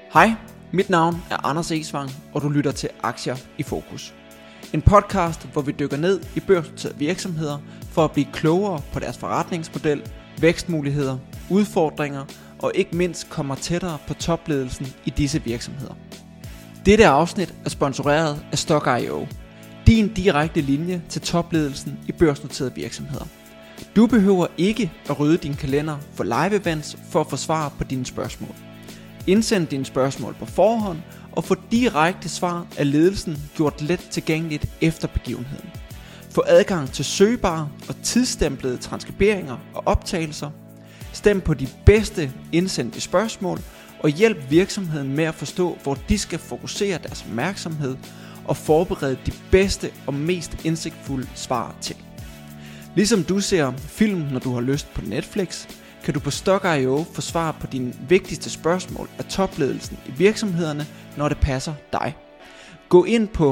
Hej, mit navn er Anders Esvang, og du lytter til Aktier i Fokus. En podcast, hvor vi dykker ned i børsnoterede virksomheder for at blive klogere på deres forretningsmodel, vækstmuligheder, udfordringer og ikke mindst kommer tættere på topledelsen i disse virksomheder. Dette afsnit er sponsoreret af Stock.io, din direkte linje til topledelsen i børsnoterede virksomheder. Du behøver ikke at rydde din kalender for live events for at få svar på dine spørgsmål. Indsend dine spørgsmål på forhånd og få direkte svar af ledelsen gjort let tilgængeligt efter begivenheden. Få adgang til søgbare og tidsstemplede transkriberinger og optagelser. Stem på de bedste indsendte spørgsmål og hjælp virksomheden med at forstå, hvor de skal fokusere deres opmærksomhed og forberede de bedste og mest indsigtfulde svar til. Ligesom du ser film, når du har lyst på Netflix, kan du på Stock.io få svar på dine vigtigste spørgsmål af topledelsen i virksomhederne, når det passer dig. Gå ind på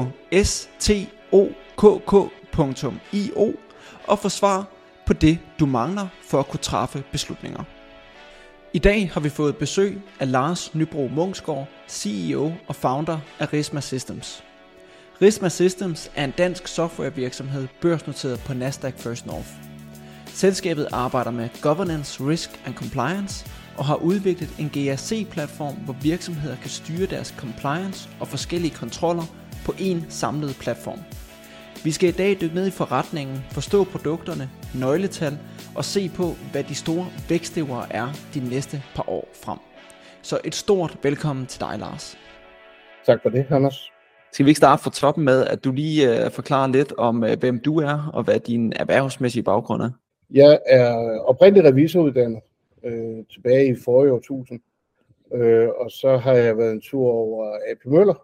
stok.io og få svar på det, du mangler for at kunne træffe beslutninger. I dag har vi fået besøg af Lars Nybro Munksgaard, CEO og founder af Risma Systems. Risma Systems er en dansk softwarevirksomhed børsnoteret på Nasdaq First North. Selskabet arbejder med governance, risk and compliance og har udviklet en GRC-platform, hvor virksomheder kan styre deres compliance og forskellige kontroller på én samlet platform. Vi skal i dag dykke ned i forretningen, forstå produkterne, nøgletal og se på, hvad de store vækstdrivere er de næste par år frem. Så et stort velkommen til dig, Lars. Tak for det, Anders. Skal vi ikke starte fra toppen med, at du lige forklarer lidt om, hvem du er og hvad din erhvervsmæssige baggrund er? Jeg er oprindelig revisoruddannet tilbage i forrige årtusind, og så har jeg været en tur over AP Møller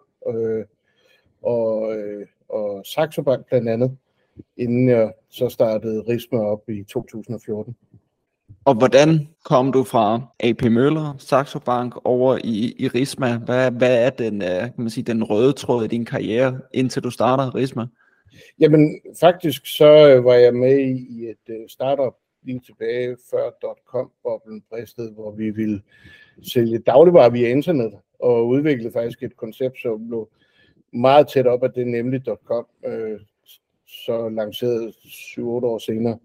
og Saxo Bank blandt andet, inden jeg så startede Risma op i 2014. Og hvordan kom du fra AP Møller, Saxo Bank over i Risma? Hvad er den, kan man sige, den røde tråd i din karriere, indtil du starter Risma? Jamen faktisk så var jeg med i et startup lige tilbage før .com-boblen bristede, hvor vi ville sælge dagligvarer via internet og udvikle faktisk et koncept, som lå meget tæt op af det, nemlig .com, så lanceret 7-8 år senere.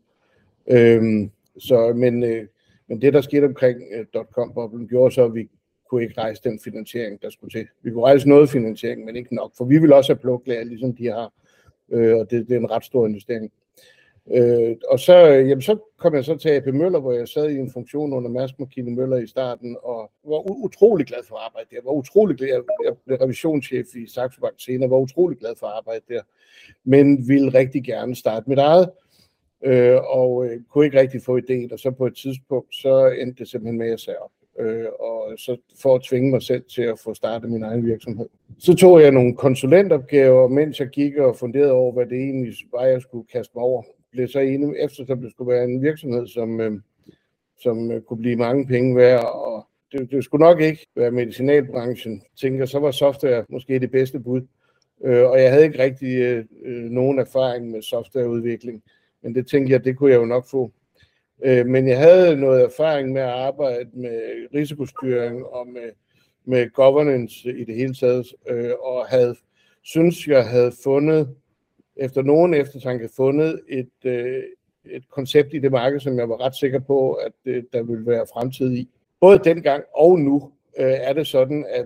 Men det, der skete omkring .com-boblen, gjorde så, at vi kunne ikke rejse den finansiering, der skulle til. Vi kunne rejse noget finansiering, men ikke nok, for vi ville også have plukklager, ligesom de har. Og det er en ret stor investering. Og så kom jeg så til AP Møller, hvor jeg sad i en funktion under Mærsk Mc-Kinney Møller i starten, og var utrolig glad for at arbejde der. Var utrolig glad. Jeg blev revisionschef i Saxo Bank senere, var utrolig glad for at arbejde der, men ville rigtig gerne starte mit eget, og kunne ikke rigtig få idéen, og så på et tidspunkt, så endte det simpelthen med, at jeg sagde op. Og så for at tvinge mig selv til at få startet min egen virksomhed. Så tog jeg nogle konsulentopgaver, mens jeg gik og funderede over, hvad det egentlig var, jeg skulle kaste mig over. Blev så enig, eftersom det skulle være en virksomhed, som kunne blive mange penge værd, og det skulle nok ikke være medicinalbranchen. Tænker, så var software måske det bedste bud. Og jeg havde ikke rigtig nogen erfaring med softwareudvikling, men det tænkte jeg, det kunne jeg jo nok få. Men jeg havde noget erfaring med at arbejde med risikostyring og med governance i det hele taget, og synes jeg havde fundet, efter nogen eftertanke, fundet et koncept i det marked, som jeg var ret sikker på, at der ville være fremtid i. Både dengang og nu er det sådan, at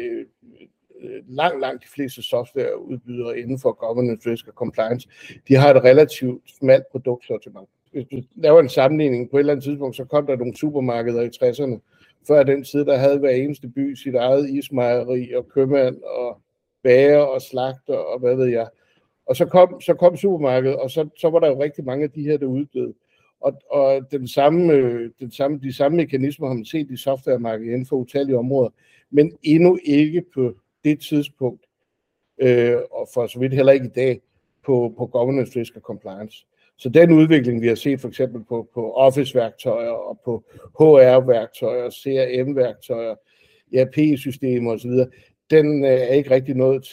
langt de fleste softwareudbydere inden for governance, risk og compliance, de har et relativt smalt produktsortiment. Hvis du laver en sammenligning på et eller andet tidspunkt, så kom der nogle supermarkeder i 60'erne. Før den tid, der havde hver eneste by sit eget ismejeri og købmand og bager og slagter og hvad ved jeg. Og så kom supermarkedet, og så var der jo rigtig mange af de her, der uddøde. Og de samme mekanismer har man set i softwaremarkedet inden for utallige områder, men endnu ikke på det tidspunkt, og for så vidt heller ikke i dag, på governance, risk og compliance. Så den udvikling, vi har set for eksempel på Office-værktøjer og på HR-værktøjer, CRM-værktøjer, ERP-systemer osv., den er ikke rigtig nået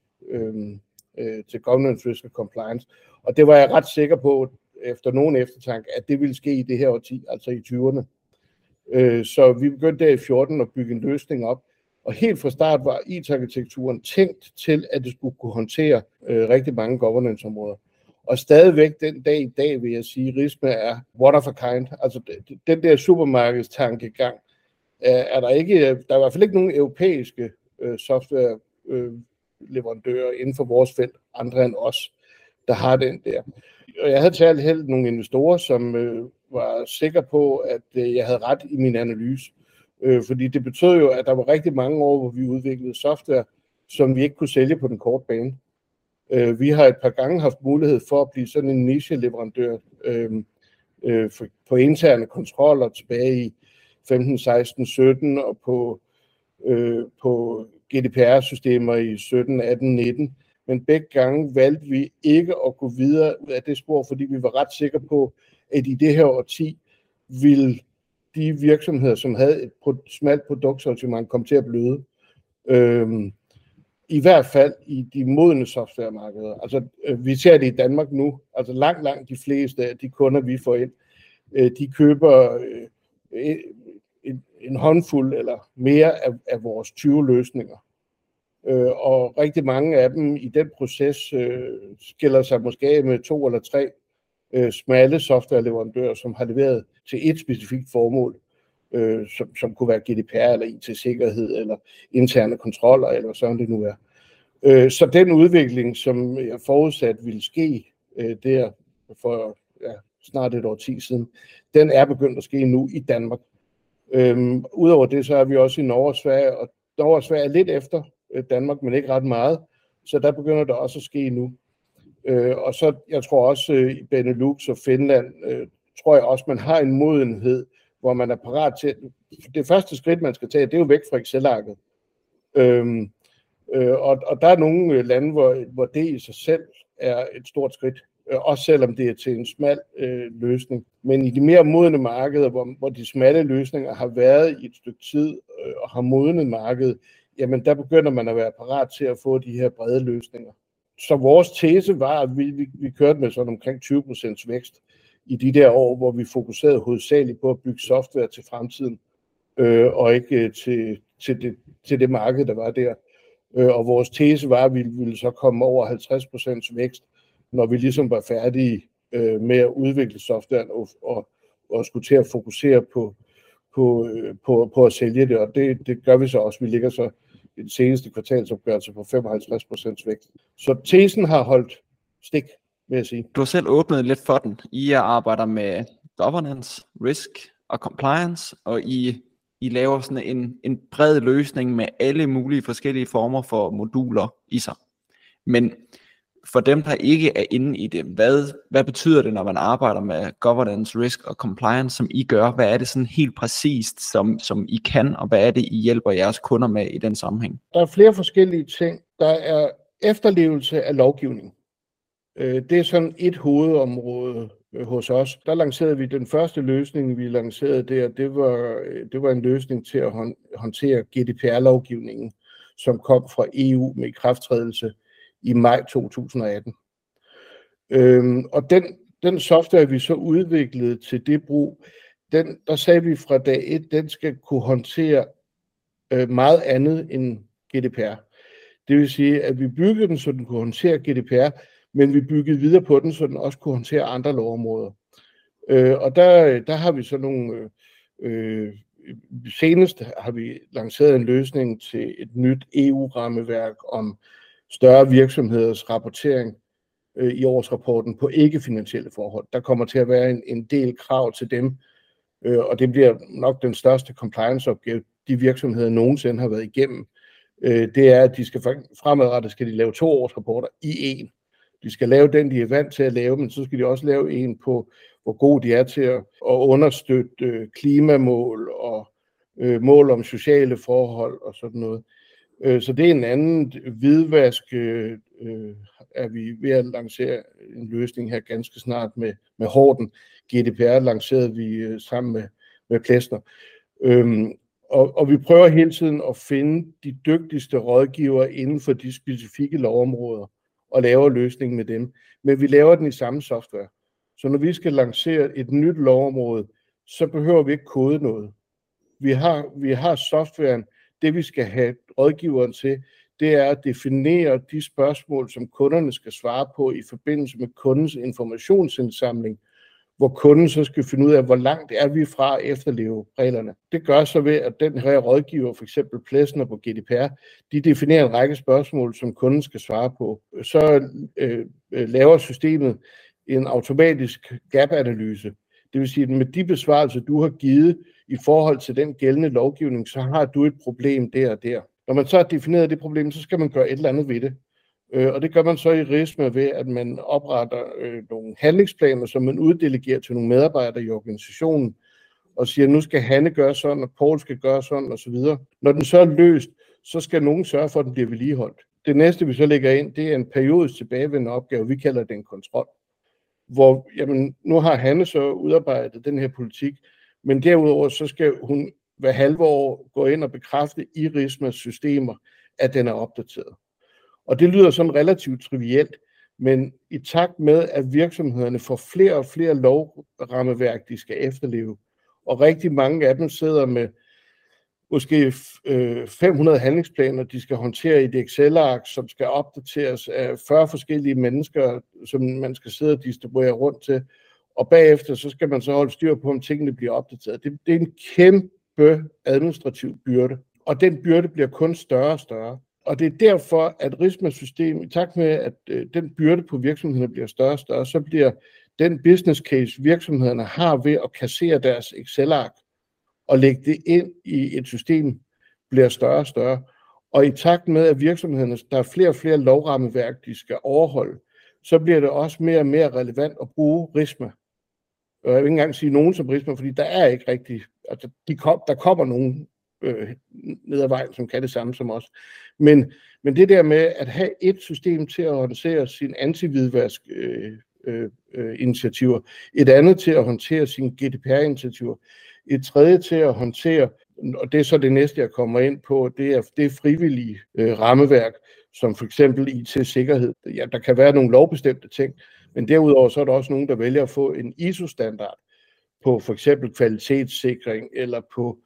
til governance, risk og compliance. Og det var jeg ret sikker på, efter nogen eftertanke, at det ville ske i det her årti, altså i 20'erne. Så vi begyndte der i 14 at bygge en løsning op, Og helt fra start var IT-arkitekturen tænkt til, at det skulle kunne håndtere rigtig mange governance-områder. Og stadigvæk den dag i dag, vil jeg sige, RISMA er one of a kind. Altså den der supermarkedstankegang, er der ikke, der er i hvert fald ikke nogen europæiske softwareleverandører inden for vores felt, andre end os, der har den der. Og jeg havde talt helt nogle investorer, som var sikre på, at jeg havde ret i min analyse. Fordi det betød jo, at der var rigtig mange år, hvor vi udviklede software, som vi ikke kunne sælge på den korte bane. Vi har et par gange haft mulighed for at blive sådan en niche-leverandør på interne kontroller tilbage i 15, 16, 17 og på GDPR-systemer i 17, 18, 19. Men begge gange valgte vi ikke at gå videre af det spor, fordi vi var ret sikre på, at i det her årti ville de virksomheder, som havde et smalt produktsortiment, komme til at bløde. I hvert fald i de modne softwaremarkeder. Altså, vi ser det i Danmark nu. Altså langt de fleste af de kunder, vi får ind, de køber en håndfuld eller mere af vores 20 løsninger. Og rigtig mange af dem i den proces skiller sig måske af med 2 eller 3 smalle softwareleverandører, som har leveret til et specifikt formål, som kunne være GDPR eller IT-sikkerhed eller interne kontroller eller sådan det nu er. Så den udvikling, som jeg forudsat ville ske der for snart et årti siden, den er begyndt at ske nu i Danmark. Udover det, så er vi også i Norge og Sverige, og Norge og Sverige er lidt efter Danmark, men ikke ret meget, så der begynder det også at ske nu. Og så, jeg tror også i Benelux og Finland, tror jeg også, man har en modenhed, hvor man er parat til, det første skridt, man skal tage, det er jo væk fra Excel-arket. Og der er nogle lande, hvor det i sig selv er et stort skridt, også selvom det er til en smal løsning. Men i de mere modne markeder, hvor de smalle løsninger har været i et stykke tid og har modnet markedet, jamen der begynder man at være parat til at få de her brede løsninger. Så vores tese var, at vi kørte med sådan omkring 20% vækst i de der år, hvor vi fokuserede hovedsageligt på at bygge software til fremtiden, og ikke til det marked, der var der. Og vores tese var, at vi ville så komme over 50% vækst, når vi ligesom var færdige med at udvikle softwaren og skulle til at fokusere på at sælge det. Og det gør vi så også. Vi ligger så i den seneste kvartalsopgørelse på 55% vækst. Så tesen har holdt stik, vil jeg sige. Du har selv åbnet lidt for den. I arbejder med governance, risk og compliance, og I laver sådan en bred løsning med alle mulige forskellige former for moduler i sig. Men for dem, der ikke er inde i det, hvad betyder det, når man arbejder med governance, risk og compliance, som I gør? Hvad er det sådan helt præcist, som I kan, og hvad er det, I hjælper jeres kunder med i den sammenhæng? Der er flere forskellige ting. Der er efterlevelse af lovgivning. Det er sådan et hovedområde hos os. Der lancerede vi den første løsning, vi lancerede der. Det var en løsning til at håndtere GDPR-lovgivningen, som kom fra EU med ikrafttrædelse i maj 2018. Og den software, vi så udviklede til det brug, der sagde vi fra dag 1, den skal kunne håndtere meget andet end GDPR. Det vil sige, at vi byggede den, så den kunne håndtere GDPR, men vi byggede videre på den, så den også kunne håndtere andre lovområder. Og der har vi så nogle... Senest har vi lanceret en løsning til et nyt EU-rammeværk om større virksomheders rapportering i årsrapporten på ikke-finansielle forhold. Der kommer til at være en del krav til dem, og det bliver nok den største compliance-opgave, de virksomheder nogensinde har været igennem. Det er, at de skal fremadrettet skal de lave 2 årsrapporter i en. De skal lave den, de er vant til at lave, men så skal de også lave en på, hvor gode de er til at understøtte klimamål og mål om sociale forhold og sådan noget. Så det er en anden hvidvask, er vi ved at lancere en løsning her ganske snart med Horten. GDPR lancerede vi sammen med Plessner. Og vi prøver hele tiden at finde de dygtigste rådgivere inden for de specifikke lovområder og laver løsningen med dem. Men vi laver den i samme software. Så når vi skal lancere et nyt lovområde, så behøver vi ikke kode noget. Vi har softwaren Det vi skal have rådgiveren til, det er at definere de spørgsmål, som kunderne skal svare på i forbindelse med kundens informationsindsamling, hvor kunden så skal finde ud af, hvor langt er vi fra at efterleve reglerne. Det gør så ved, at den her rådgiver, for eksempel Plessner på GDPR, de definerer en række spørgsmål, som kunden skal svare på. Så laver systemet en automatisk gap-analyse. Det vil sige, at med de besvarelser, du har givet i forhold til den gældende lovgivning, så har du et problem der og der. Når man så har defineret det problem, så skal man gøre et eller andet ved det. Og det gør man så i RISMA ved, at man opretter nogle handlingsplaner, som man uddelegerer til nogle medarbejdere i organisationen, og siger, nu skal Hanne gøre sådan, og Paul skal gøre sådan, osv. Når den så er løst, så skal nogen sørge for, at den bliver vedligeholdt. Det næste, vi så lægger ind, det er en periodisk tilbagevendende opgave. Vi kalder det en kontrol. Hvor, nu har Hanne så udarbejdet den her politik, men derudover så skal hun hver halve år gå ind og bekræfte i RISMAs systemer, at den er opdateret. Og det lyder sådan relativt trivielt, men i takt med, at virksomhederne får flere og flere lovrammeværk, de skal efterleve, og rigtig mange af dem sidder med måske 500 handlingsplaner, de skal håndtere i et Excel-ark, som skal opdateres af 40 forskellige mennesker, som man skal sidde og distribuere rundt til, og bagefter så skal man så holde styr på, om tingene bliver opdateret. Det er en kæmpe administrativ byrde, og den byrde bliver kun større og større. Og det er derfor, at RISMA-systemet, i takt med, at den byrde på virksomhederne bliver større og større, så bliver den business case, virksomhederne har ved at kassere deres Excel-ark og lægge det ind i et system, bliver større og større. Og i takt med, at virksomhederne, der er flere og flere lovrammeværk, de skal overholde, så bliver det også mere og mere relevant at bruge RISMA. Og jeg vil ikke engang sige nogen som RISMA, fordi der er ikke rigtig, altså der kommer nogen ned ad vejen, som kan det samme som os. Men det der med at have et system til at håndtere sine anti-hvidvask initiativer, et andet til at håndtere sine GDPR-initiativer, et tredje til at håndtere, og det er så det næste, jeg kommer ind på, det er frivillige rammeværk, som for eksempel IT-sikkerhed. Ja, der kan være nogle lovbestemte ting, men derudover så er der også nogen, der vælger at få en ISO-standard på for eksempel kvalitetssikring, eller på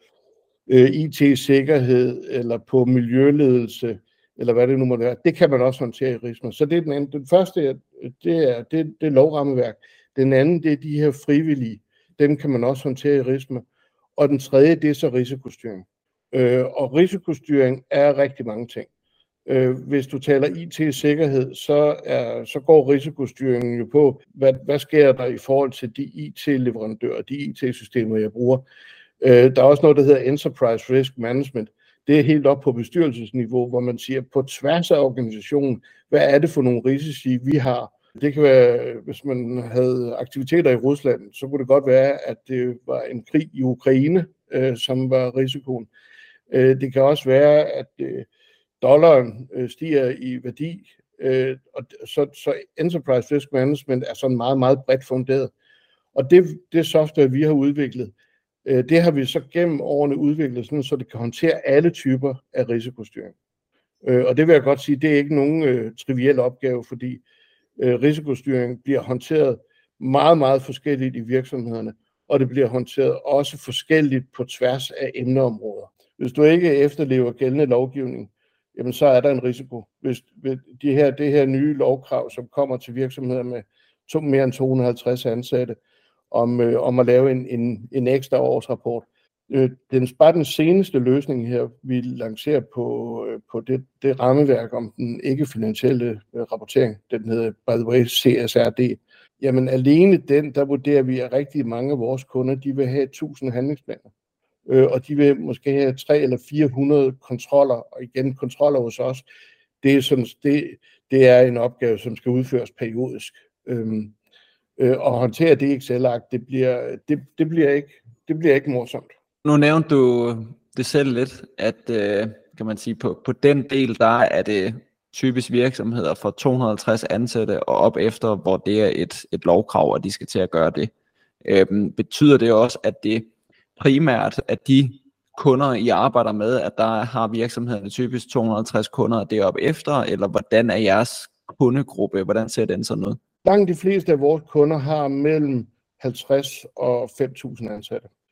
IT-sikkerhed, eller på miljøledelse, eller hvad det nu må være. Det kan man også håndtere i RISMA. Så det er den anden. Den første, det er lovrammeværk. Den anden, det er de her frivillige. Dem kan man også håndtere i RISMA. Og den tredje, det er så risikostyring. Og risikostyring er rigtig mange ting. Hvis du taler IT-sikkerhed, så går risikostyringen jo på, hvad sker der i forhold til de IT-leverandører, de IT-systemer, jeg bruger. Der er også noget, der hedder Enterprise Risk Management. Det er helt op på bestyrelsesniveau, hvor man siger, på tværs af organisationen, hvad er det for nogle risici, vi har? Det kan være, hvis man havde aktiviteter i Rusland, så kunne det godt være, at det var en krig i Ukraine, som var risikoen. Det kan også være, at dollaren stiger i værdi, og så Enterprise Risk Management er sådan meget, meget bredt funderet. Og det software, vi har udviklet, det har vi så gennem årene udviklet, sådan, så det kan håndtere alle typer af risikostyring. Og det vil jeg godt sige, det er ikke nogen triviel opgave, fordi risikostyring bliver håndteret meget, meget forskelligt i virksomhederne, og det bliver håndteret også forskelligt på tværs af emneområder. Hvis du ikke efterlever gældende lovgivning, jamen så er der en risiko. Hvis det her nye lovkrav, som kommer til virksomheder med mere end 250 ansatte, om at lave en ekstra årsrapport. Bare den seneste løsning her, vi lancerer på det rammeværk om den ikke-finansielle rapportering, den hedder, by the way, CSRD. Jamen alene den, der vurderer vi, at rigtig mange af vores kunder, de vil have 1000 handlingsplaner. Og de vil måske have 300 eller 400 kontroller, og igen kontroller hos os. Det er en opgave, som skal udføres periodisk. Og håndtere det Excel-ark, det bliver ikke morsomt. Nu nævnte du det selv lidt, at kan man sige, på den del, der er det typisk virksomheder for 250 ansatte og op efter, hvor det er et lovkrav, og de skal til at gøre det. Betyder det også, at det primært, at de kunder, I arbejder med, at der har virksomhederne typisk 250 kunder deroppe efter, eller hvordan er jeres kundegruppe, hvordan ser den sådan ud? Langt de fleste af vores kunder har mellem 50 og 5.000 ansatte.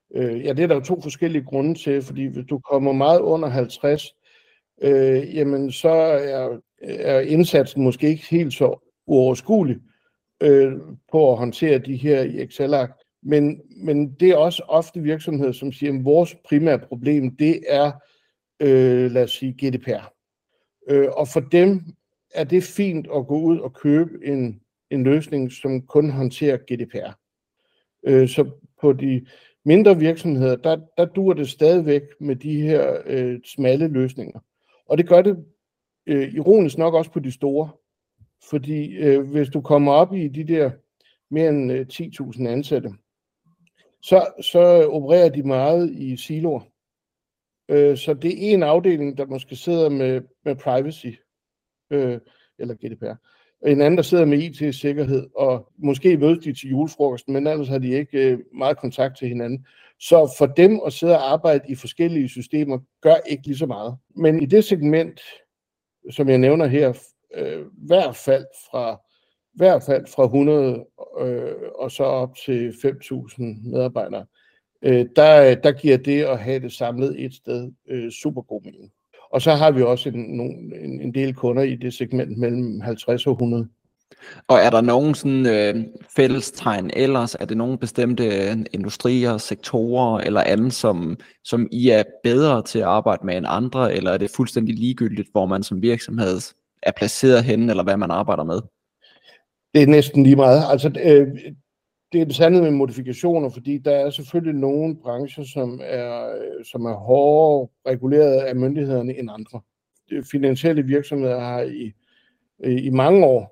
Ja, det er der jo 2 forskellige grunde til, fordi hvis du kommer meget under 50, jamen så er indsatsen måske ikke helt så uoverskuelig på at håndtere de her i Excel-ark. Men det er også ofte virksomheder, som siger, at vores primære problem, det er, lad os sige, GDPR. Og for dem er det fint at gå ud og købe en løsning, som kun håndterer GDPR. Så på de mindre virksomheder, der duer det stadigvæk med de her smalle løsninger. Og det gør det ironisk nok også på de store. Fordi hvis du kommer op i de der mere end 10.000 ansatte, så opererer de meget i siloer. Så det er en afdeling, der måske sidder med privacy, eller GDPR. En anden, der sidder med IT-sikkerhed, og måske mødes de til julefrokosten, men ellers har de ikke meget kontakt til hinanden. Så for dem at sidde og arbejde i forskellige systemer, gør ikke lige så meget. Men i det segment, som jeg nævner her, i hvert fald fra 100 og så op til 5.000 medarbejdere, der giver det at have det samlet et sted super god mening. Og så har vi også en del kunder i det segment mellem 50 og 100. Og er der nogen sådan fællestegn ellers? Er det nogle bestemte industrier, sektorer eller andet, som I er bedre til at arbejde med end andre? Eller er det fuldstændig ligegyldigt, hvor man som virksomhed er placeret henne, eller hvad man arbejder med? Det er næsten lige meget. Altså, det er det sandhed med modifikationer, fordi der er selvfølgelig nogle brancher, som er hårdere reguleret af myndighederne end andre. Finansielle virksomheder har i mange år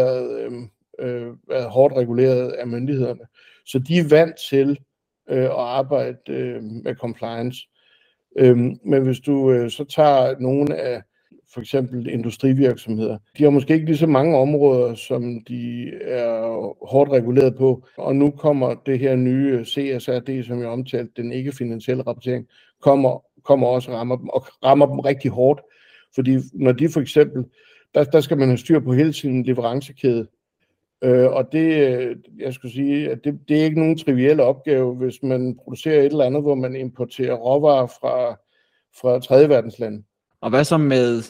været hårdt reguleret af myndighederne. Så de er vant til at arbejde med compliance. Men hvis du så tager nogle af for eksempel industrivirksomheder, de har måske ikke lige så mange områder, som de er hårdt reguleret på. Og nu kommer det her nye CSRD, som jeg omtalte, den ikke-finansielle rapportering, kommer også og rammer dem rigtig hårdt. Fordi når de for eksempel, der skal man have styr på hele sin leverancekæde. Og det, jeg skulle sige, at det er ikke nogen triviel opgave, hvis man producerer et eller andet, hvor man importerer råvarer fra tredje verdenslande. Og hvad så med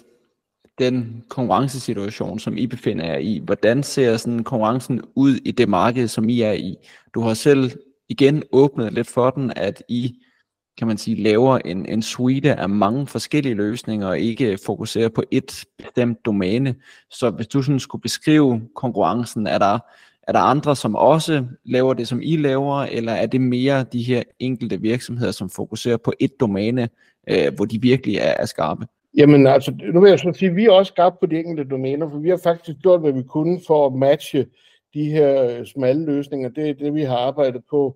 den konkurrencesituation, som I befinder jer i? Hvordan ser sådan konkurrencen ud i det marked, som I er i? Du har selv igen åbnet lidt for den, at I, kan man sige, laver en suite af mange forskellige løsninger, og ikke fokuserer på et bestemt domæne. Så hvis du sådan skulle beskrive konkurrencen, er der andre, som også laver det, som I laver, eller er det mere de her enkelte virksomheder, som fokuserer på et domæne, hvor de virkelig er skarpe? Jamen altså, nu vil jeg så sige, at vi er også skarpe på de enkelte domæner, for vi har faktisk gjort, hvad vi kunne for at matche de her smalle løsninger. Det er det, vi har arbejdet på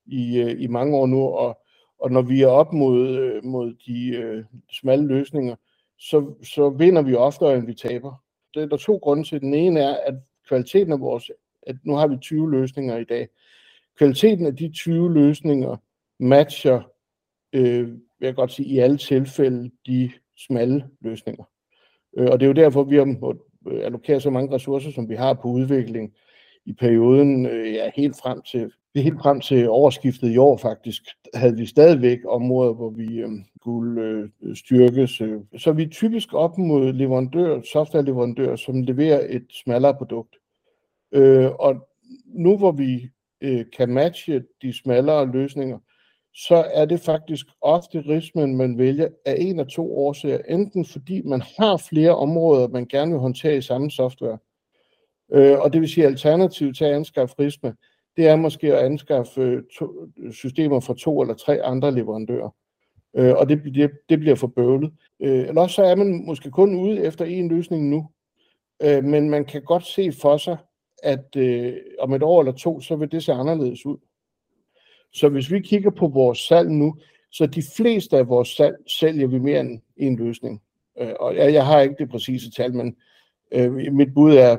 i mange år nu, og når vi er op mod de smalle løsninger, så vinder vi oftere, end vi taber. Det er der 2 grunde til. Den ene er, at kvaliteten af at nu har vi 20 løsninger i dag. Kvaliteten af de 20 løsninger matcher, vil jeg godt sige, i alle tilfælde de smalle løsninger. Og det er jo derfor, vi har måttet allokere så mange ressourcer, som vi har på udvikling i perioden, helt frem til årsskiftet i år faktisk, havde vi stadigvæk områder, hvor vi skulle styrkes. Så vi er typisk op mod softwareleverandører, som leverer et smallere produkt. Og nu hvor vi kan matche de smallere løsninger, så er det faktisk ofte rismen, man vælger af 1 af 2 årsager. Enten fordi man har flere områder, man gerne vil håndtere i samme software. Og det vil sige, alternativ til at anskaffe Risma, det er måske at anskaffe systemer fra 2 eller 3 andre leverandører. Og det bliver for bøvlet. Eller også så er man måske kun ude efter en løsning nu. Men man kan godt se for sig, at om 1 år eller 2, så vil det se anderledes ud. Så hvis vi kigger på vores salg nu, så de fleste af vores salg sælger vi mere end en løsning. Og jeg har ikke det præcise tal, men mit bud er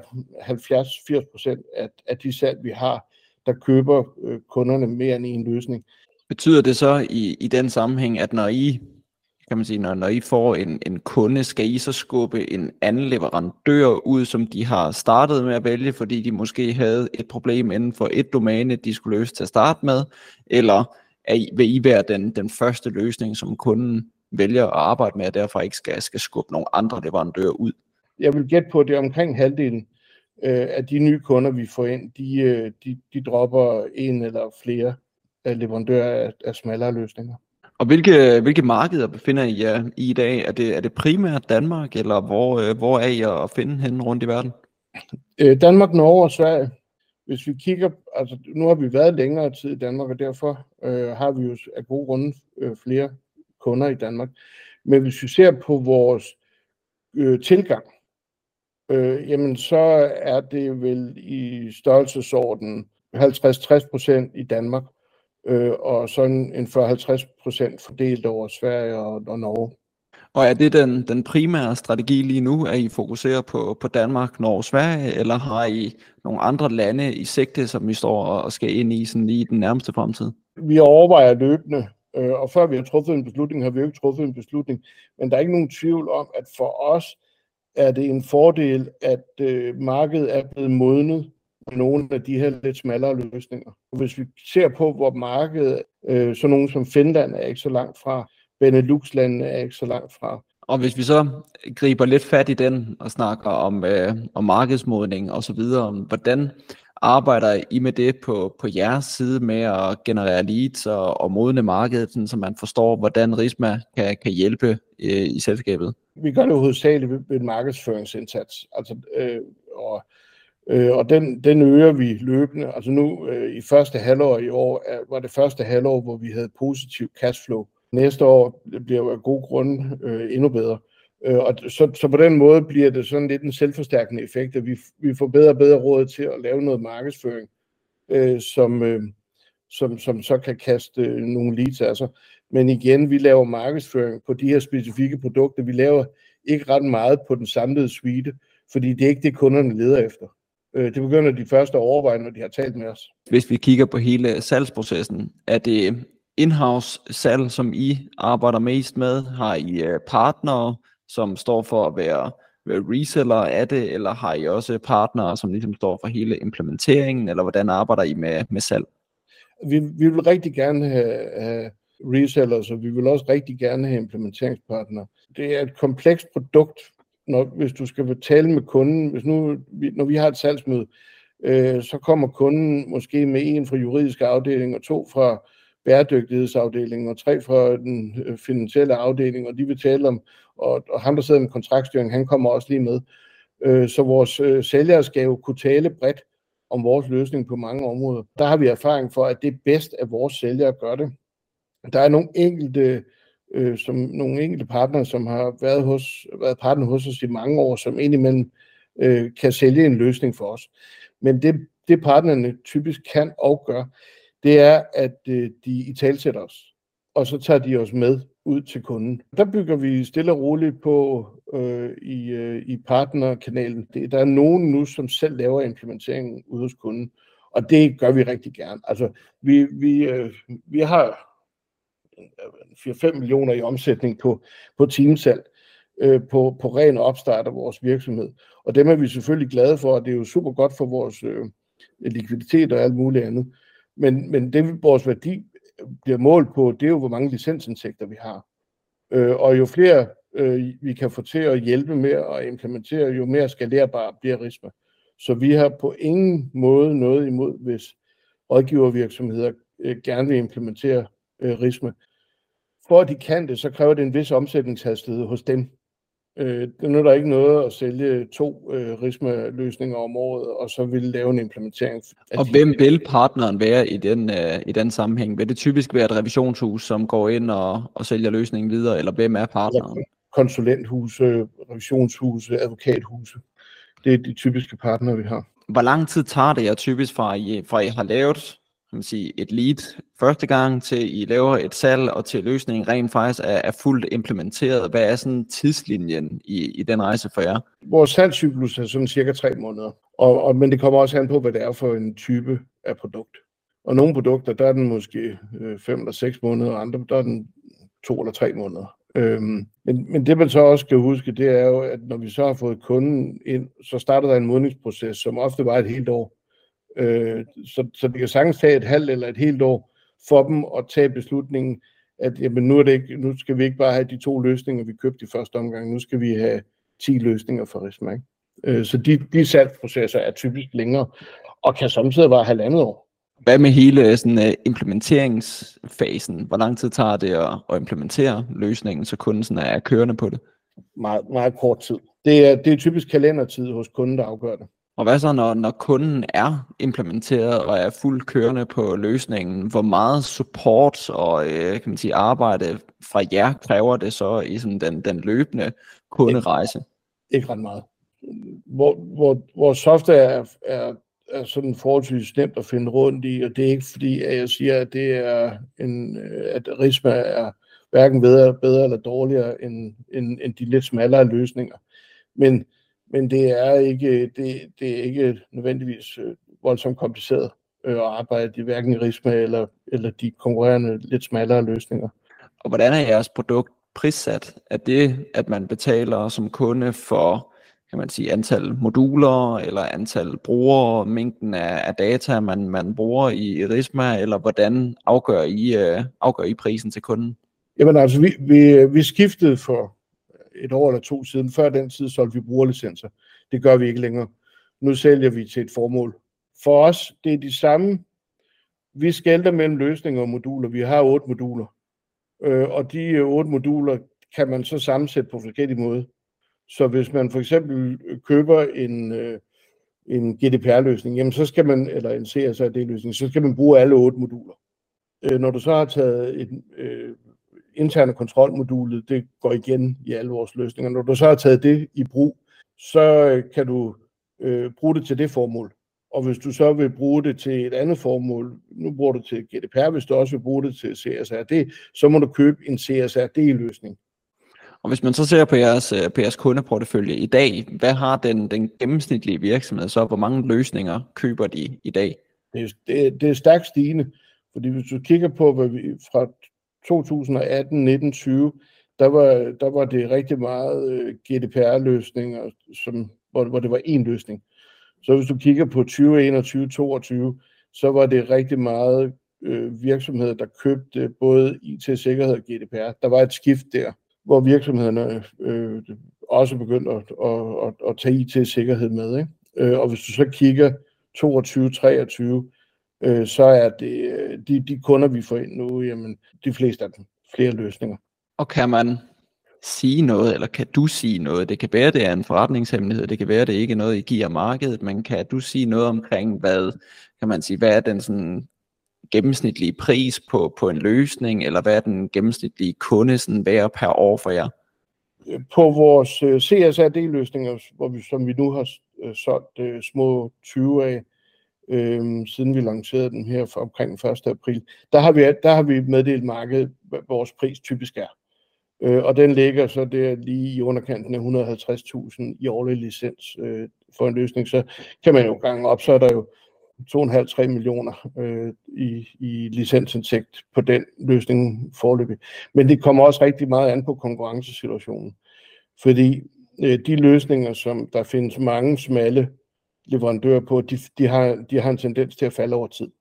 70-80% af de salg, vi har, der køber kunderne mere end en løsning. Betyder det så i den sammenhæng, at når I, kan man sige, når I får en kunde, skal I så skubbe en anden leverandør ud, som de har startet med at vælge, fordi de måske havde et problem inden for et domæne, de skulle løse til at starte med, eller vil I være den første løsning, som kunden vælger at arbejde med, og derfor ikke skal skubbe nogle andre leverandører ud? Jeg vil gætte på, at det er omkring halvdelen af de nye kunder, vi får ind, de dropper en eller flere leverandører af smallere løsninger. Og hvilke markeder befinder I jer i dag? Er det primært Danmark, eller hvor er I at finde henne rundt i verden? Danmark, Norge og Sverige. Hvis vi kigger, altså nu har vi været længere tid i Danmark, og derfor har vi jo af gode grunde flere kunder i Danmark. Men hvis vi ser på vores tilgang, jamen så er det vel i størrelsesorden 50-60% i Danmark, og sådan en 40-50% fordelt over Sverige og Norge. Og er det den primære strategi lige nu, at I fokuserer på Danmark, Norge, Sverige, eller har I nogle andre lande i sigte, som I står og skal ind i sådan lige i den nærmeste fremtid? Vi overvejer løbende, og før vi har truffet en beslutning, har vi jo ikke truffet en beslutning, men der er ikke nogen tvivl om, at for os er det en fordel, at markedet er blevet modnet med nogle af de her lidt smallere løsninger. Hvis vi ser på, hvor markedet, så nogen som Finland er ikke så langt fra, Benelux-landene er ikke så langt fra. Og hvis vi så griber lidt fat i den og snakker om markedsmodning og så videre, hvordan arbejder I med det på jeres side med at generere leads og modne markedet, sådan, så man forstår, hvordan Risma kan hjælpe i selskabet? Vi gør det hovedsageligt ved en markedsføringsindsats, altså, og den øger vi løbende. Altså nu i første halvår i år var det første halvår, hvor vi havde positiv cashflow. Næste år bliver jo af gode grunde endnu bedre. Og så på den måde bliver det sådan lidt en selvforstærkende effekt, at vi får bedre og bedre råd til at lave noget markedsføring, som så kan kaste nogle leads af sig. Men igen, vi laver markedsføring på de her specifikke produkter. Vi laver ikke ret meget på den samlede suite, fordi det er ikke det, kunderne leder efter. Det begynder de første at overveje, når de har talt med os. Hvis vi kigger på hele salgsprocessen, er det in-house salg, som I arbejder mest med? Har I partnere, som står for at være reseller af det, eller har I også partnere, som ligesom står for hele implementeringen, eller hvordan arbejder I med salg? Vi vil rigtig gerne have resellers, og vi vil også rigtig gerne have implementeringspartnere. Det er et komplekst produkt, hvis du skal tale med kunden. Når vi har et salgsmøde, så kommer kunden måske med en fra juridisk afdeling, og 2 fra bæredygtighedsafdelingen, og 3 fra den finansielle afdeling, og de vil tale om, og ham, der sidder med kontraktstyring, han kommer også lige med. Så vores sælgere skal jo kunne tale bredt om vores løsning på mange områder. Der har vi erfaring for, at det er bedst, at vores sælgere gør det. Der er nogle enkelte partnere, som har været partner hos os i mange år, som indimellem kan sælge en løsning for os. Men det partnerne typisk kan og gør, det er, at de italesætter os, og så tager de os med ud til kunden. Der bygger vi stille og roligt på i partnerkanalen. Der er nogen nu, som selv laver implementeringen ude hos kunden, og det gør vi rigtig gerne. Altså, vi har 4-5 millioner i omsætning på teamsalg, på ren opstart af vores virksomhed. Og dem er vi selvfølgelig glade for, og det er jo super godt for vores likviditet og alt muligt andet. Men det, vores værdi bliver målt på, det er jo, hvor mange licensindtægter vi har. Og jo flere vi kan få til at hjælpe med at implementere, jo mere skalerbar bliver Risma. Så vi har på ingen måde noget imod, hvis rådgivervirksomheder gerne vil implementere Risma. For at de kan det, så kræver det en vis omsætningshastighed hos dem. Det nytter ikke noget at sælge 2 Risma-løsninger om året, og så vil lave en implementering. Og hvem vil partneren være i den sammenhæng? Vil det typisk være et revisionshus, som går ind og sælger løsningen videre, eller hvem er partneren? Konsulenthuse, revisionshuse, advokathuse. Det er de typiske partnere, vi har. Hvor lang tid tager det jer typisk fra I har lavet et lead første gang, til I laver et salg, og til løsningen rent faktisk er fuldt implementeret? Hvad er sådan tidslinjen i den rejse for jer? Vores salgscyklus er sådan cirka 3 måneder, men det kommer også an på, hvad det er for en type af produkt. Og nogle produkter, der er den måske 5 eller 6 måneder, og andre, der er den 2 eller 3 måneder. Men det man så også skal huske, det er jo, at når vi så har fået kunden ind, så starter der en modningsproces, som ofte var et helt år. Så det kan sagtens tage et halvt eller et helt år, for dem at tage beslutningen, at jamen, nu skal vi ikke bare have de 2 løsninger, vi købte i første omgang, nu skal vi have 10 løsninger for Risma. Så de salgsprocesser er typisk længere, og kan samtidig være 1,5 år. Hvad med hele sådan, implementeringsfasen? Hvor lang tid tager det at implementere løsningen, så kunden sådan er kørende på det? Meget, meget kort tid. Det er typisk kalendertid hos kunden, der afgør det. Og hvad så, når kunden er implementeret og er fuldt kørende på løsningen? Hvor meget support og kan man sige, arbejde fra jer kræver det så i sådan den løbende kunderejse? Ikke ret meget. Vores software er sådan forholdsvis nemt at finde rundt i, og det er ikke fordi, at jeg siger, at at Risma er hverken bedre eller dårligere end de lidt smallere løsninger. Men det er ikke nødvendigvis voldsomt kompliceret at arbejde i hverken i Risma eller de konkurrerende lidt smallere løsninger. Og hvordan er jeres produkt prissat? Er det, at man betaler som kunde for, kan man sige, antal moduler eller antal brugere, mængden af data, man bruger i Risma, eller hvordan afgør I prisen til kunden? Jamen altså, vi skiftede for 1 år eller 2 siden. Før den tid solgte vi brugerlicenser. Det gør vi ikke længere. Nu sælger vi til et formål. For os, det er de samme. Vi skelter mellem løsninger og moduler. Vi har 8 moduler. Og de 8 moduler kan man så sammensætte på forskellige måder. Så hvis man for eksempel køber en GDPR-løsning, jamen så skal man, eller en CSRD-løsning, så skal man bruge alle 8 moduler. Når du så har taget interne kontrolmodulet, det går igen i alle vores løsninger. Når du så har taget det i brug, så kan du bruge det til det formål. Og hvis du så vil bruge det til et andet formål, nu bruger du til GDPR, hvis du også vil bruge det til CSRD, så må du købe en CSRD-løsning. Og hvis man så ser på jeres kundeportefølje i dag, hvad har den gennemsnitlige virksomhed så? Hvor mange løsninger køber de i dag? Det er stærkt stigende, fordi hvis du kigger på, hvad vi fra 2018, 19, 20, der var det rigtig meget GDPR-løsninger, hvor det var én løsning. Så hvis du kigger på 2021, 22, så var det rigtig meget virksomheder, der købte både IT-sikkerhed og GDPR. Der var et skift der, hvor virksomhederne også begyndte at tage IT-sikkerhed med. Ikke? Og hvis du så kigger 22, 23, så er det de kunder, vi får ind nu, jamen de fleste af dem, flere løsninger. Og kan man sige noget, eller kan du sige noget? Det kan være, det er en forretningshemmelighed, det kan være, det ikke er noget, I giver markedet, men kan du sige noget omkring, hvad er den sådan gennemsnitlige pris på en løsning, eller hvad er den gennemsnitlige kunde sådan værd per år for jer? På vores CSRD-løsninger, som vi nu har solgt små 20 af, siden vi lancerede den her for omkring 1. april, der har vi meddelt markedet, hvad vores pris typisk er. Og den ligger så der lige i underkanten af 150.000 i årlig licens for en løsning. Så kan man jo gange op, så er der jo 2,5-3 millioner i licensindtægt på den løsning foreløbig. Men det kommer også rigtig meget an på konkurrencesituationen. Fordi de løsninger, som der findes mange smalle leverandører på, de har en tendens til at falde over tid.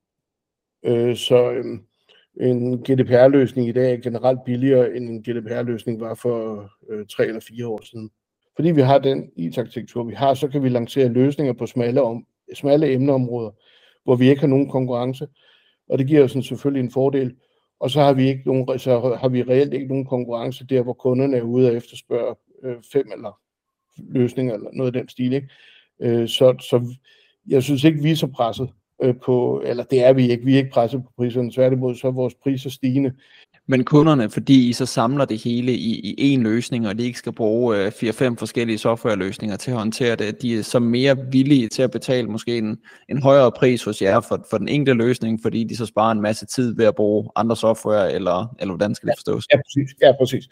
En GDPR-løsning i dag er generelt billigere, end en GDPR-løsning var for 3 eller 4 år siden. Fordi vi har den IT-arkitektur, vi har, så kan vi lancere løsninger på smalle emneområder, hvor vi ikke har nogen konkurrence, og det giver os selvfølgelig en fordel. Og så har vi reelt ikke nogen konkurrence der, hvor kunderne er ude og efterspørge 5 eller løsninger eller noget af den stil. Ikke? Så jeg synes ikke, vi er så presset på, eller det er vi ikke. Vi er ikke presset på priserne, tværtimod så er vores priser stigende. Men kunderne, fordi I så samler det hele i én løsning, og de ikke skal bruge 4-5 forskellige softwareløsninger til at håndtere det, de er så mere villige til at betale måske en højere pris hos jer for den enkelte løsning, fordi de så sparer en masse tid ved at bruge andre software, eller hvordan skal det forstås? Ja, præcis.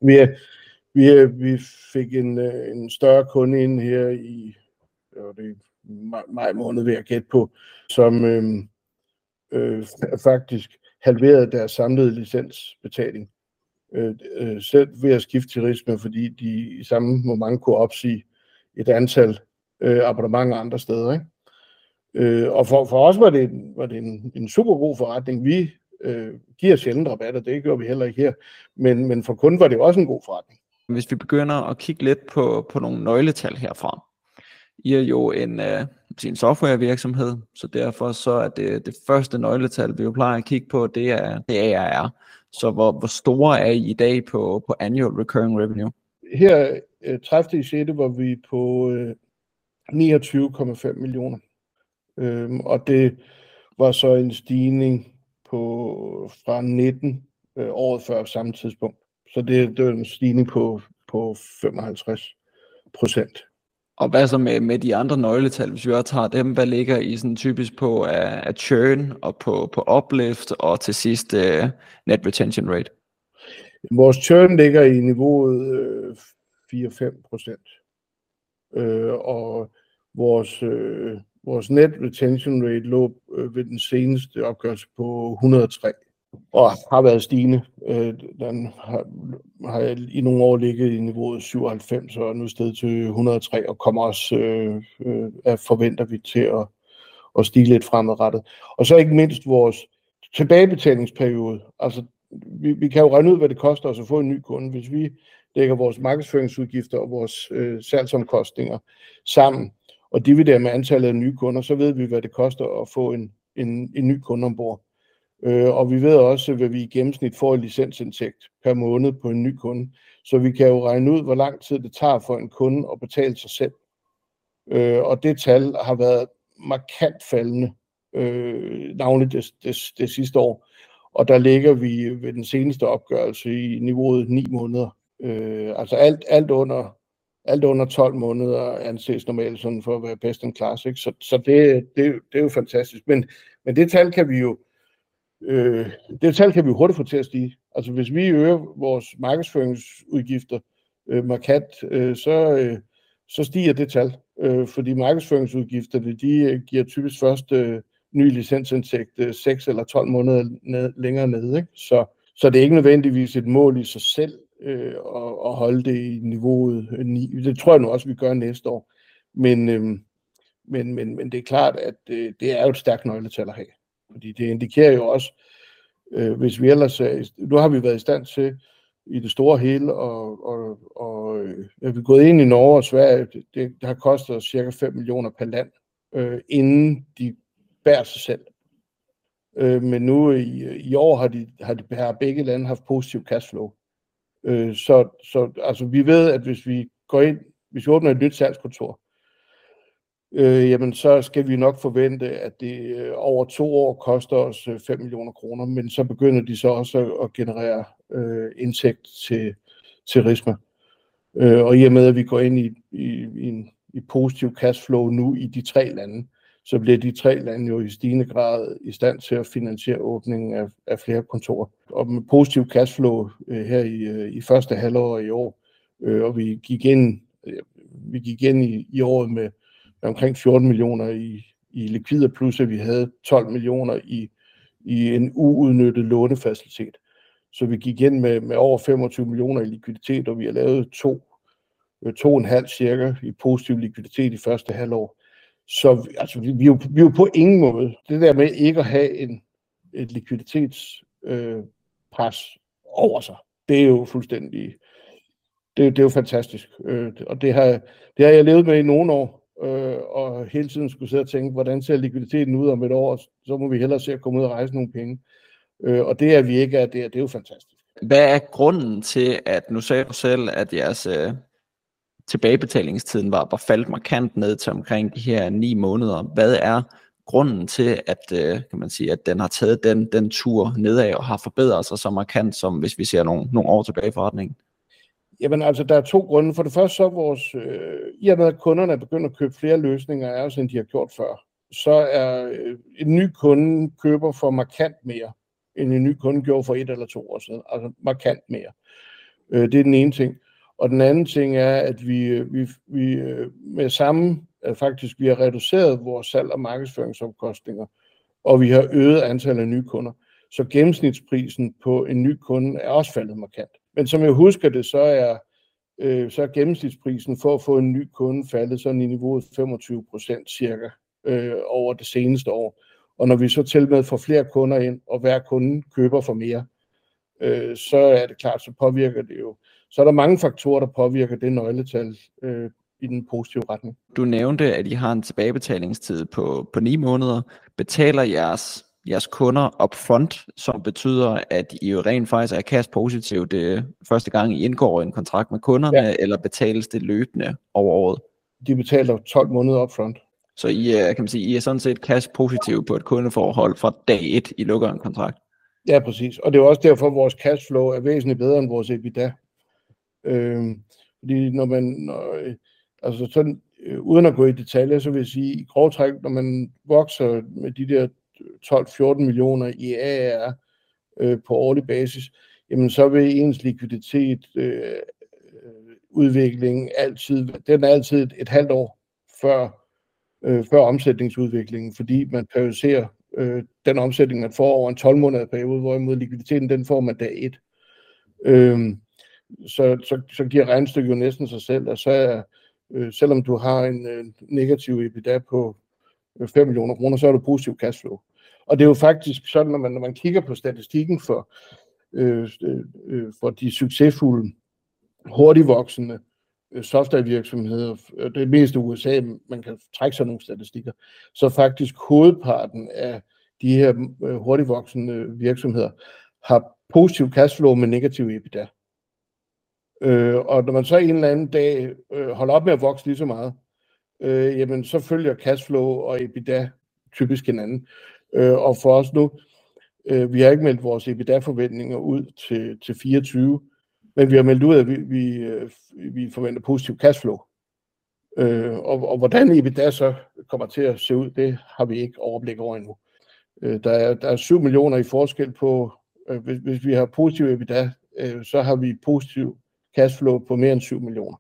Vi fik en større kunde ind her i maj måned, vil jeg gætte på, som faktisk halverede deres samlede licensbetaling selv ved at skifte til Risma, fordi de i samme moment kunne opsige et antal abonnementer andre steder. Ikke? Og for os var det en super god forretning. Vi giver sjældent rabatter, det gør vi heller ikke her, men for kunden var det også en god forretning. Hvis vi begynder at kigge lidt på nogle nøgletal herfra. I er jo en softwarevirksomhed, så derfor så er det første nøgletal, vi jo plejer at kigge på, det er ARR. Så hvor store er I dag på annual recurring revenue? Her 30.6. var vi på 29,5 millioner. Og det var så en stigning fra 19 året før samme tidspunkt. Så det var en stigning på 55%. Og hvad så med de andre nøgletal, hvis vi også tager dem, hvad ligger I sådan typisk på af churn og på uplift og til sidst net retention rate? Vores churn ligger i niveauet 4-5%. Og vores net retention rate lå ved den seneste opgørelse på 103 og har været stigende. Den har i nogle år ligget i niveauet 97 og er nu steget til 103 og kommer også forventer vi til at stige lidt fremadrettet. Og så ikke mindst vores tilbagebetalingsperiode. Altså vi kan jo regne ud, hvad det koster os at få en ny kunde. Hvis vi lægger vores markedsføringsudgifter og vores salgsomkostninger sammen og dividerer med antallet af nye kunder, så ved vi, hvad det koster at få en ny kunde ombord. Og vi ved også, hvad vi i gennemsnit får i licensindtægt per måned på en ny kunde. Så vi kan jo regne ud, hvor lang tid det tager for en kunde at betale sig selv. Og det tal har været markant faldende, navnligt det sidste år. Og der ligger vi ved den seneste opgørelse i niveauet 9 måneder. Altså alt under 12 måneder anses normalt sådan for at være best in class. Ikke? Så det er jo fantastisk. Men det tal kan vi jo hurtigt få til at stige. Altså hvis vi øger vores markedsføringsudgifter markant, så stiger det tal. Fordi markedsføringsudgifterne, de giver typisk først ny licensindtægt 6 eller 12 måneder længere nede. Ikke? Så det er ikke nødvendigvis et mål i sig selv at holde det i niveauet 9. Det tror jeg nu også, vi gør næste år. Men det er klart, at det er jo et stærkt nøgletal at have. Fordi det indikerer jo også, hvis vi ellers nu har vi været i stand til i det store hele, og vi er gået ind i Norge og Sverige, det har kostet os cirka 5 millioner per land, inden de bærer sig selv. Men nu i år har begge lande haft positiv cashflow. Så altså, vi ved, at hvis vi åbner et nyt salgskontor, jamen så skal vi nok forvente, at det over 2 år koster os 5 millioner kroner, men så begynder de så også at generere indtægt til Risma. Og i og med, at vi går ind i positiv cashflow nu i de 3 lande, så bliver de 3 lande jo i stigende grad i stand til at finansiere åbningen af flere kontorer. Og med positiv cashflow her i første halvår i år, og vi gik ind i året med omkring 14 millioner i likvider, plus at vi havde 12 millioner i en uudnyttet lånefacilitet. Så vi gik ind med over 25 millioner i likviditet, og vi har lavet 2,5 cirka i positiv likviditet i første halvår. Så altså, vi er jo på ingen måde. Det der med ikke at have et likviditetspres over sig, det er jo fuldstændig, det er jo fantastisk. Og det har jeg levet med i nogle år, og hele tiden skulle sidde og tænke, hvordan ser likviditeten ud om et år, så må vi hellere se at komme ud og rejse nogle penge. Og det at vi ikke er der, det er jo fantastisk. Hvad er grunden til, at nu sagde du selv, at jeres tilbagebetalingstiden var faldt markant ned til omkring de her 9 måneder? Hvad er grunden til, at kan man sige, at den har taget den tur nedad og har forbedret sig så markant, som hvis vi ser nogle år tilbage i forretningen? Jamen altså, der er 2 grunde. For det første så i og med at kunderne er begyndt at købe flere løsninger af os, end de har gjort før, så er en ny kunde køber for markant mere, end en ny kunde gjorde for 1 eller 2 år siden. Altså markant mere. Det er den ene ting. Og den anden ting er, at vi med samme, faktisk vi har reduceret vores salg- og markedsføringsomkostninger, og vi har øget antallet af nye kunder. Så gennemsnitsprisen på en ny kunde er også faldet markant. Men som jeg husker det, så er gennemsnitsprisen for at få en ny kunde faldet sådan i niveauet 25% cirka over det seneste år. Og når vi så til med får flere kunder ind, og hver kunde køber for mere, så er det klart, så påvirker det jo. Så er der mange faktorer, der påvirker det nøgletal i den positive retning. Du nævnte, at I har en tilbagebetalingstid på 9 måneder. Betaler jeres kunder upfront, som betyder, at I jo rent faktisk er cash positive det første gang, I indgår en kontrakt med kunderne, eller betales det løbende over året? De betaler 12 måneder upfront. Så I er sådan set cash positive på et kundeforhold fra dag 1, I lukker en kontrakt? Ja, præcis. Og det er også derfor, at vores cashflow er væsentligt bedre end vores EBITDA. Fordi altså sådan, uden at gå i detaljer, så vil jeg sige, i grov træk, når man vokser med de der 12-14 millioner i ARR på årlig basis, jamen så vil ens likviditet udvikling den er altid et halvt år før omsætningsudviklingen, fordi man prioriterer den omsætning, man får over en 12-måneder periode, hvorimod likviditeten, den får man dag 1. Så giver regnestykket jo næsten sig selv, og så er, selvom du har en negativ EBITDA på 5 millioner kroner, så er du positiv cashflow. Og det er jo faktisk sådan, når man kigger på statistikken for de succesfulde, hurtigvoksende softwarevirksomheder, det er mest i USA, man kan trække sådan nogle statistikker, så faktisk hovedparten af de her hurtigvoksende virksomheder har positiv cashflow med negativ EBITDA. Og når man så en eller anden dag holder op med at vokse lige så meget, jamen så følger cashflow og EBITDA typisk hinanden. Og for os nu, vi har ikke meldt vores EBITDA-forventninger ud til 24, men vi har meldt ud, at vi forventer positiv cashflow. Og hvordan EBITDA så kommer til at se ud, det har vi ikke overblik over endnu. Der er 7 millioner i forskel på, hvis vi har positiv EBITDA, så har vi positiv cashflow på mere end 7 millioner.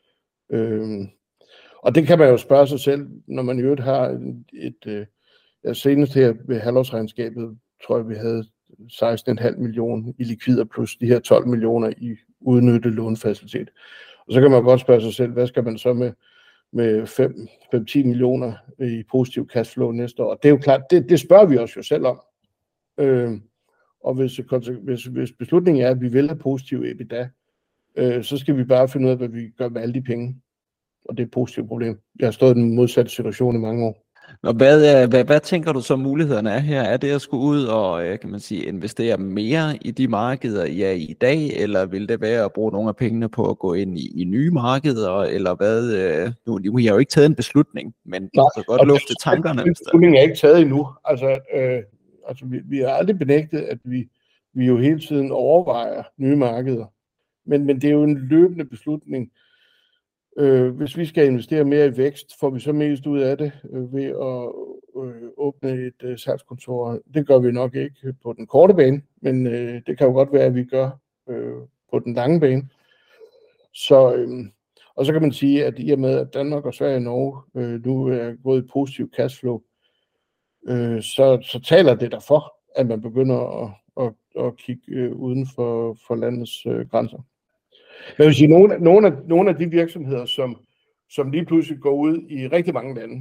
Og det kan man jo spørge sig selv, når man i øvrigt har senest her ved halvårsregnskabet, tror jeg, vi havde 16,5 millioner i likvider plus de her 12 millioner i udnyttet lånefacilitet. Og så kan man godt spørge sig selv, hvad skal man så med 5-10 millioner i positiv cashflow næste år? Og det er jo klart, det spørger vi os jo selv om. Og hvis beslutningen er, at vi vil have positiv EBITDA, så skal vi bare finde ud af, hvad vi gør med alle de penge. Og det er et positivt problem. Jeg har stået i den modsatte situation i mange år. Og hvad tænker du så mulighederne er her? Er det at skulle ud og investere mere i de markeder, I er i dag, eller vil det være at bruge nogle af pengene på at gå ind i nye markeder, eller hvad? Nu har jo ikke taget en beslutning, men du kan godt lufte tankerne. Beslutningen er ikke taget endnu. Altså vi har aldrig benægtet, at vi jo hele tiden overvejer nye markeder. Men det er jo en løbende beslutning. Hvis vi skal investere mere i vækst, får vi så mest ud af det ved at åbne et salgskontor. Det gør vi nok ikke på den korte bane, men det kan jo godt være, at vi gør på den lange bane. Og så kan man sige, at i og med, at Danmark og Sverige og Norge nu er gået i positiv cashflow, så taler det derfor, at man begynder at kigge uden for landets grænser. Men jeg vil sige, nogle af de virksomheder, som lige pludselig går ud i rigtig mange lande,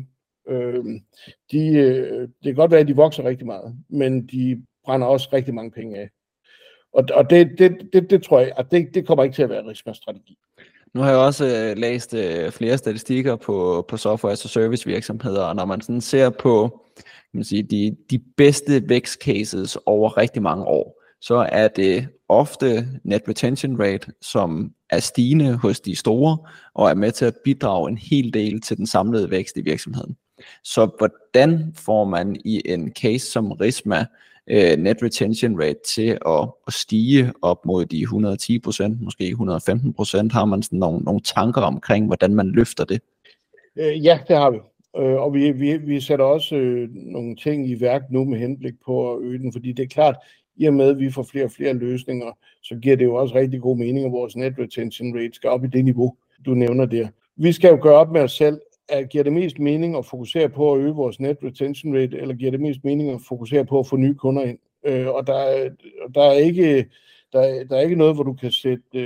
det kan godt være, at de vokser rigtig meget, men de brænder også rigtig mange penge af. Og det tror jeg, at det kommer ikke til at være Rismas strategi. Nu har jeg også læst flere statistikker på software as a service virksomheder, og når man sådan ser på de bedste vækstcases over rigtig mange år, så er det ofte net retention rate, som er stigende hos de store, og er med til at bidrage en hel del til den samlede vækst i virksomheden. Så hvordan får man i en case som Risma net retention rate til at stige op mod de 110%, måske 115%? Har man sådan nogle tanker omkring, hvordan man løfter det? Ja, det har vi. Og vi sætter også nogle ting i værk nu med henblik på at øge den, fordi det er klart, i og med, at vi får flere og flere løsninger, så giver det jo også rigtig god mening, at vores net retention rate skal op i det niveau, du nævner der. Vi skal jo gøre op med os selv, at giver det mest mening at fokusere på at øge vores net retention rate, eller giver det mest mening at fokusere på at få nye kunder ind. Og der er ikke noget, hvor du kan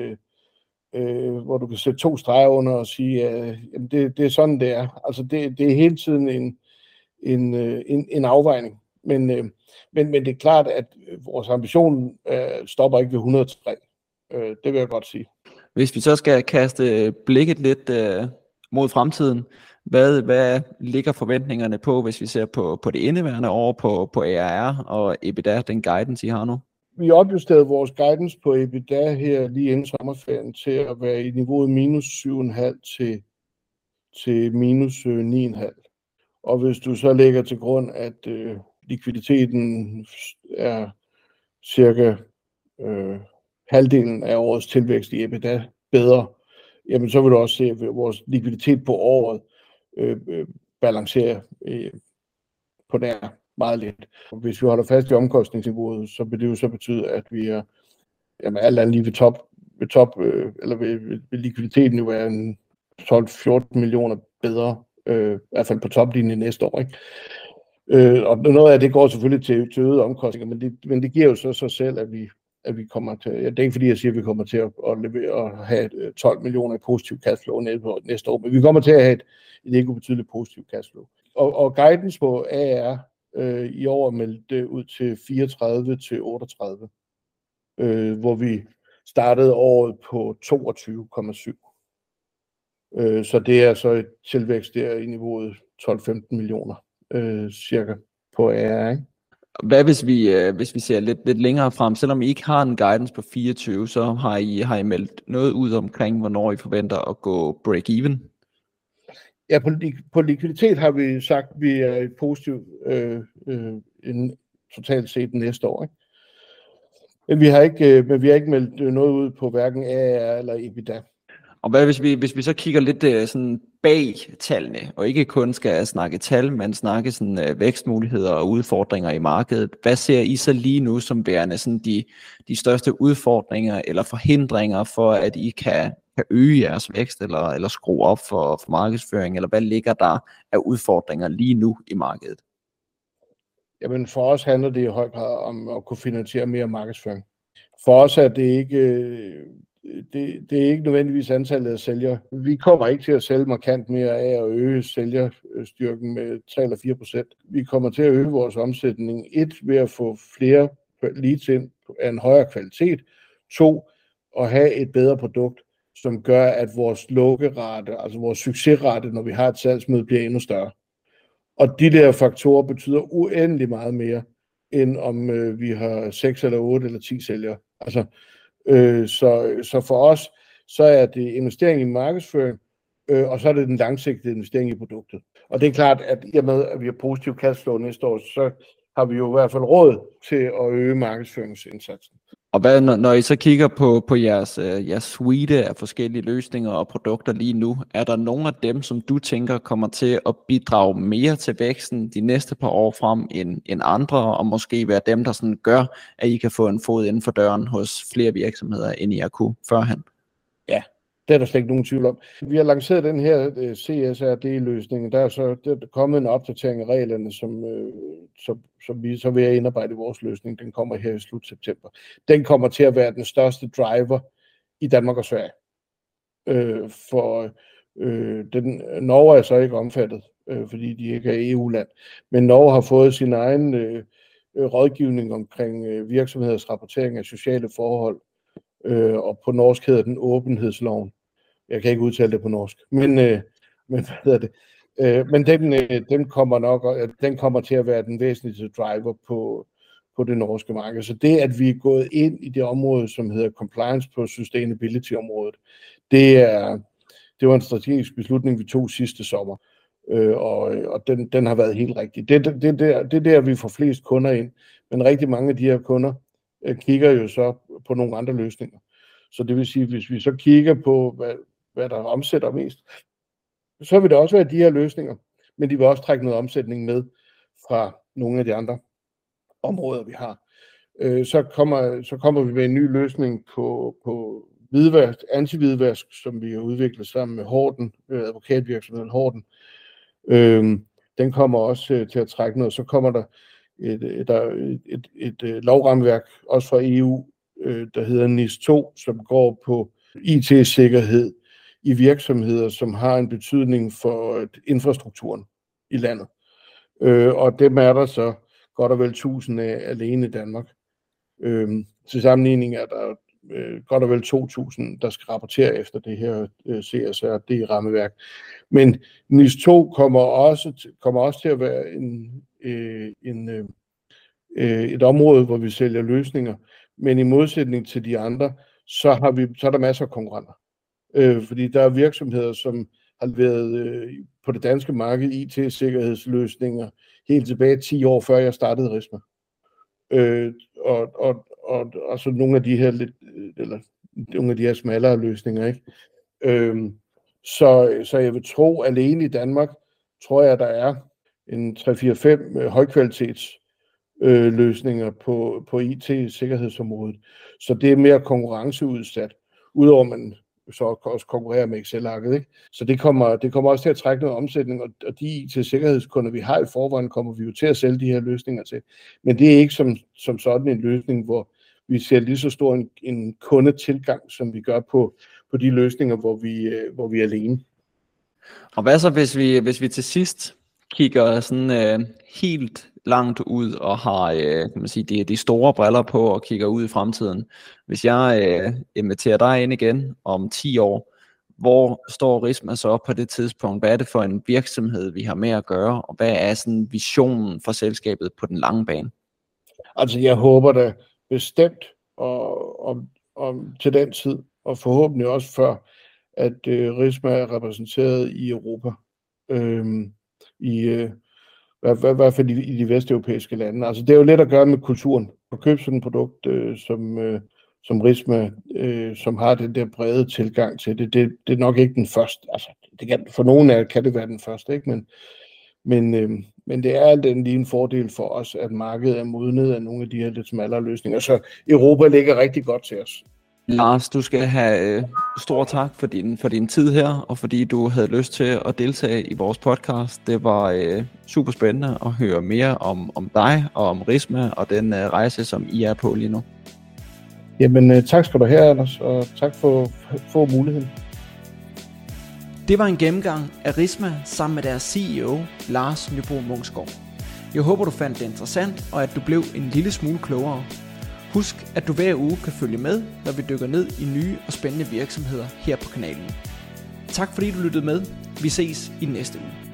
sætte 2 streger under og sige, jamen det er sådan, det er. Altså det er hele tiden en afvejning. Men det er klart, at vores ambition stopper ikke ved 103. Det vil jeg godt sige. Hvis vi så skal kaste blikket lidt mod fremtiden, hvad ligger forventningerne på, hvis vi ser på det indeværende år på ARR og EBITDA, den guidance, I har nu? Vi opjusterede vores guidance på EBITDA her lige inden sommerferien til at være i niveauet minus 7,5 til minus 9,5. Og hvis du så lægger til grund, at likviditeten er cirka halvdelen af årets tilvækst i EBITDA bedre, jamen så vil du også se, at vores likviditet på året balancerer på nær meget lidt. Hvis vi holder fast i omkostningsniveauet, så vil det jo så betyde, at vi er alt andet lige ved likviditeten jo være en 12-14 millioner bedre, i hvert fald på toplinjen næste år, ikke? Og noget af det går selvfølgelig til øgede omkostninger, men det giver jo så sig selv, at vi kommer til, det er ikke fordi jeg siger, at vi kommer til at levere og have 12 millioner i positiv cashflow næste år, men vi kommer til at have et ikke ubetydeligt positivt cashflow. Og guidance på AR i år er meldt ud til 34 til 38, hvor vi startede året på 22,7. Så det er så et tilvækst der i niveauet 12-15 millioner cirka på AR, ikke? Hvad hvis vi ser lidt længere frem, selvom I ikke har en guidance på 24, så har I meldt noget ud omkring, hvornår I forventer at gå break-even? Ja, på likviditet har vi sagt, at vi er positivt totalt set næste år, ikke? Men vi har ikke meldt noget ud på hverken AR eller EBITDA. Og hvad hvis vi så kigger lidt sådan bag tallene, og ikke kun skal snakke tal, men snakke sådan vækstmuligheder og udfordringer i markedet. Hvad ser I så lige nu som værende sådan de største udfordringer eller forhindringer for, at I kan øge jeres vækst eller skrue op for markedsføring, eller hvad ligger der af udfordringer lige nu i markedet? Jamen for os handler det i høj grad om at kunne finansiere mere markedsføring. For os er det ikke nødvendigvis antallet af sælgere. Vi kommer ikke til at sælge markant mere af at øge sælgerstyrken med 3 eller 4%. Vi kommer til at øge vores omsætning ved at få flere leads ind af en højere kvalitet. 2, at have et bedre produkt, som gør, at vores lukkerate, altså vores succesrate, når vi har et salgsmøde, bliver endnu større. Og de der faktorer betyder uendelig meget mere, end om vi har 6 eller 8 eller 10 sælgere. Altså, så for os, så er det investering i markedsføring, og så er det den langsigtede investering i produktet. Og det er klart, at i og med, at vi har positiv cashflow næste år, så har vi jo i hvert fald råd til at øge markedsføringsindsatsen. Og hvad, når I så kigger på jeres suite af forskellige løsninger og produkter lige nu, er der nogle af dem, som du tænker kommer til at bidrage mere til væksten de næste par år frem end andre, og måske være dem, der sådan gør, at I kan få en fod inden for døren hos flere virksomheder, end I har kunne førhen? Ja, det er der slet ikke nogen tvivl om. Vi har lanceret den her CSRD-løsning. Der er kommet en opdatering af reglerne, som vi så vil indarbejde i vores løsning. Den kommer her i slut september. Den kommer til at være den største driver i Danmark og Sverige. Norge er så ikke omfattet, fordi de ikke er EU-land. Men Norge har fået sin egen rådgivning omkring virksomheders rapportering af sociale forhold. Og på norsk hedder den åbenhedsloven. Jeg kan ikke udtale det på norsk, men hvad hedder det? Men den kommer til at være den væsentligste driver på det norske marked. Så det, at vi er gået ind i det område, som hedder compliance på sustainability-området, det var en strategisk beslutning, vi tog sidste sommer, og den har været helt rigtig. Det er der, vi får flest kunder ind, men rigtig mange af de her kunder kigger jo så på nogle andre løsninger. Så det vil sige, hvis vi så kigger på, hvad der omsætter mest, så vil det også være de her løsninger, men de vil også trække noget omsætning med fra nogle af de andre områder, vi har. Så kommer vi med en ny løsning på hvidvask, anti-hvidvask, som vi har udviklet sammen med Horten, advokatvirksomheden Horten. Den kommer også til at trække noget. Så kommer der et lovrammeværk, også fra EU, der hedder NIS2, som går på IT-sikkerhed i virksomheder, som har en betydning for infrastrukturen i landet. Og dem er der så godt og vel 1000 alene i Danmark. Til sammenligning er der godt og vel 2000, der skal rapportere efter det her CSRD-rammeværk. Men NIS2 kommer også til at være et område, hvor vi sælger løsninger, men i modsætning til de andre, så er der masser af konkurrenter. Fordi der er virksomheder, som har leveret på det danske marked IT-sikkerhedsløsninger helt tilbage 10 år før jeg startede Risma. Og så nogle af de her smallere løsninger, ikke? Så jeg vil tro, alene i Danmark, tror jeg, der er en 3-4-5 højkvalitets løsninger på IT-sikkerhedsområdet. Så det er mere konkurrenceudsat, udover man så også konkurrerer med Excel-arket, ikke? Så det kommer også til at trække noget omsætning, og de IT-sikkerhedskunder, vi har i forvejen, kommer vi jo til at sælge de her løsninger til. Men det er ikke som sådan en løsning, hvor vi ser lige så stor en kundetilgang, som vi gør på de løsninger, hvor vi er alene. Og hvad så, hvis vi til sidst kigger sådan helt langt ud og har kan man sige, de store briller på og kigger ud i fremtiden. Hvis jeg inviterer dig ind igen om 10 år, hvor står Risma så på det tidspunkt? Hvad er det for en virksomhed, vi har med at gøre, og hvad er sådan visionen for selskabet på den lange bane? Altså jeg håber da bestemt og til den tid, og forhåbentlig også før, at Risma er repræsenteret i Europa. I hvert fald i de vesteuropæiske lande. Altså det er jo let at gøre med kulturen. At købe sådan et produkt som Risma, som har den der brede tilgang til det, det er nok ikke den første. Altså for nogen af kan det være den første, ikke? Men det er alt andet lige en fordel for os, at markedet er modnet af nogle af de her lidt smallere løsninger. Så Europa ligger rigtig godt til os. Lars, du skal have stor tak for din tid her, og fordi du havde lyst til at deltage i vores podcast. Det var super spændende at høre mere om dig og om Risma og den rejse, som I er på lige nu. Jamen tak skal du have, Anders, og tak for muligheden. Det var en gennemgang af Risma sammen med deres CEO, Lars Nybro Munksgaard. Jeg håber, du fandt det interessant, og at du blev en lille smule klogere. Husk, at du hver uge kan følge med, når vi dykker ned i nye og spændende virksomheder her på kanalen. Tak fordi du lyttede med. Vi ses i næste uge.